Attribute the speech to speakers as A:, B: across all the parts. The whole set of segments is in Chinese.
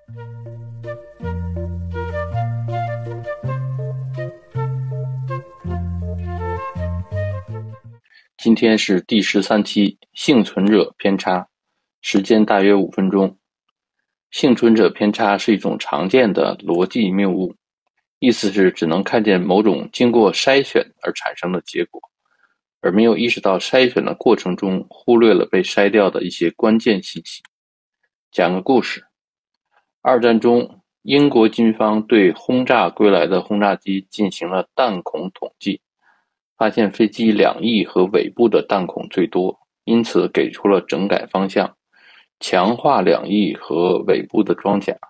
A: 今天是第13期幸存者偏差，时间大约5分钟。幸存者偏差是一种常见的逻辑谬误，意思是只能看见某种经过筛选而产生的结果，而没有意识到筛选的过程中忽略了被筛掉的一些关键信息。讲个故事，二战中，英国军方对轰炸归来的轰炸机进行了弹孔统计，发现飞机两翼和尾部的弹孔最多，因此给出了整改方向，强化两翼和尾部的装甲。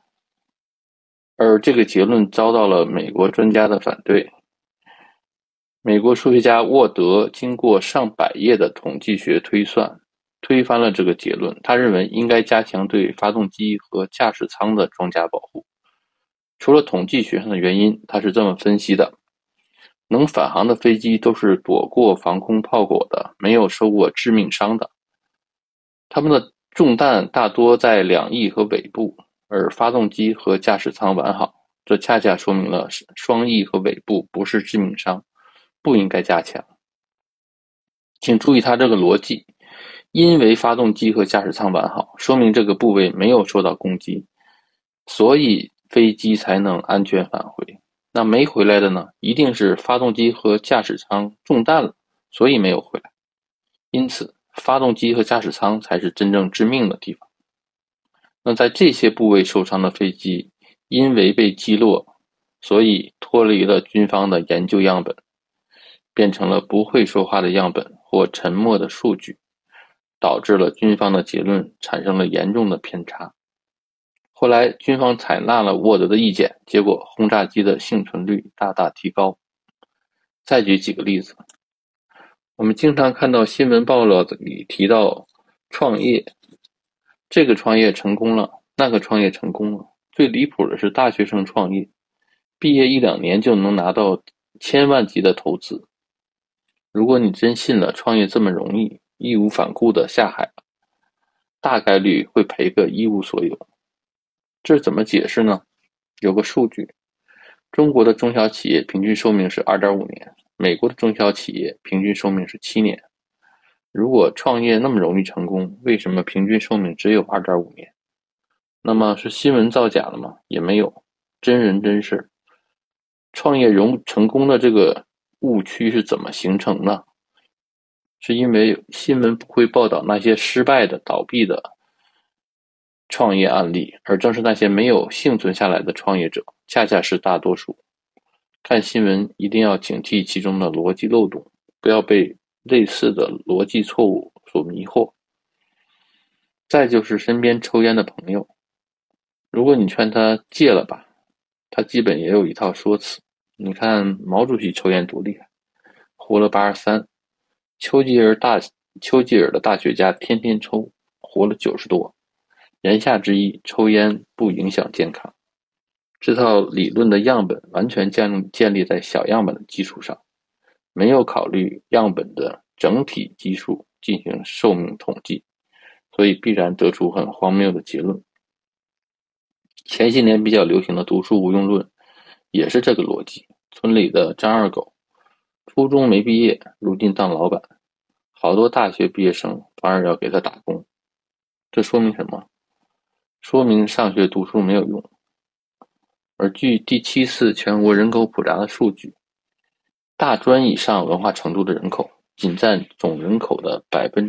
A: 而这个结论遭到了美国专家的反对。美国数学家沃德经过上百页的统计学推算，推翻了这个结论。他认为应该加强对发动机和驾驶舱的装甲保护。除了统计学上的原因，他是这么分析的：能返航的飞机都是躲过防空炮火的，没有受过致命伤的。它们的中弹大多在两翼和尾部，而发动机和驾驶舱完好，这恰恰说明了双翼和尾部不是致命伤，不应该加强。请注意它这个逻辑，因为发动机和驾驶舱完好，说明这个部位没有受到攻击，所以飞机才能安全返回。那没回来的呢，一定是发动机和驾驶舱中弹了，所以没有回来。因此，发动机和驾驶舱才是真正致命的地方。那在这些部位受伤的飞机，因为被击落，所以脱离了军方的研究样本，变成了不会说话的样本或沉默的数据，导致了军方的结论产生了严重的偏差。后来军方采纳了沃德的意见，结果轰炸机的幸存率大大提高。再举几个例子，我们经常看到新闻报道里提到创业，这个创业成功了，那个创业成功了。最离谱的是大学生创业，毕业1-2年就能拿到千万级的投资。如果你真信了创业这么容易，义无反顾的下海了，大概率会赔个一无所有。这怎么解释呢？有个数据，中国的中小企业平均寿命是 2.5 年，美国的中小企业平均寿命是7年。如果创业那么容易成功，为什么平均寿命只有 2.5 年？那么是新闻造假了吗？也没有，真人真事。创业成功的这个误区是怎么形成的？是因为新闻不会报道那些失败的、倒闭的创业案例，而正是那些没有幸存下来的创业者，恰恰是大多数。看新闻一定要警惕其中的逻辑漏洞，不要被类似的逻辑错误所迷惑。再就是身边抽烟的朋友，如果你劝他戒了吧，他基本也有一套说辞。你看毛主席抽烟多厉害，活了83，丘吉尔的大学家天天抽，活了90多。言下之意，抽烟不影响健康。这套理论的样本完全建立在小样本的基础上，没有考虑样本的整体基数进行寿命统计，所以必然得出很荒谬的结论。前些年比较流行的读书无用论也是这个逻辑。村里的张二狗，初中没毕业，如今当老板，好多大学毕业生反而要给他打工。这说明什么？说明上学读书没有用。而据第7次全国人口普查的数据，大专以上文化程度的人口仅占总人口的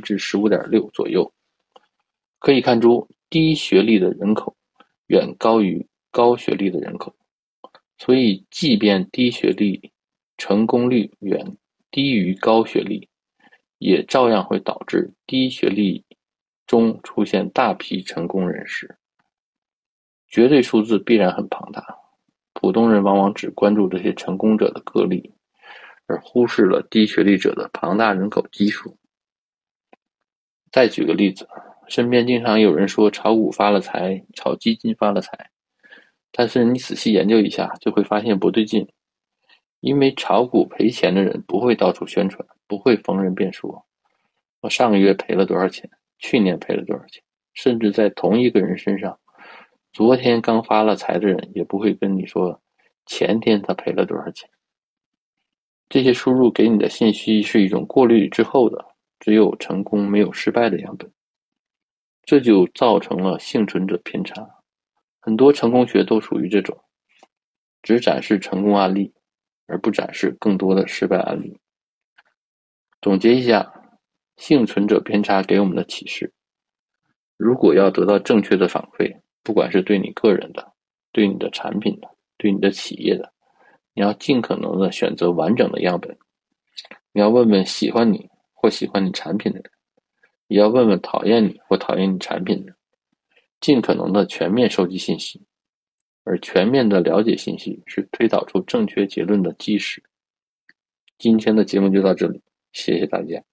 A: 15.6% 左右。可以看出，低学历的人口远高于高学历的人口，所以即便低学历成功率远低于高学历，也照样会导致低学历中出现大批成功人士。绝对数字必然很庞大，普通人往往只关注这些成功者的个例，而忽视了低学历者的庞大人口基数。再举个例子，身边经常有人说炒股发了财，炒基金发了财，但是你仔细研究一下，就会发现不对劲。因为炒股赔钱的人不会到处宣传，不会逢人便说我上个月赔了多少钱，去年赔了多少钱，甚至在同一个人身上昨天刚发了财的人也不会跟你说前天他赔了多少钱。这些输入给你的信息是一种过滤之后的，只有成功没有失败的样本，这就造成了幸存者偏差。很多成功学都属于这种，只展示成功案例，而不展示更多的失败案例。总结一下，幸存者偏差给我们的启示：如果要得到正确的反馈，不管是对你个人的、对你的产品的、对你的企业的，你要尽可能的选择完整的样本。你要问问喜欢你或喜欢你产品的人，也要问问讨厌你或讨厌你产品的人，尽可能的全面收集信息。而全面的了解信息是推导出正确结论的基石。今天的节目就到这里，谢谢大家。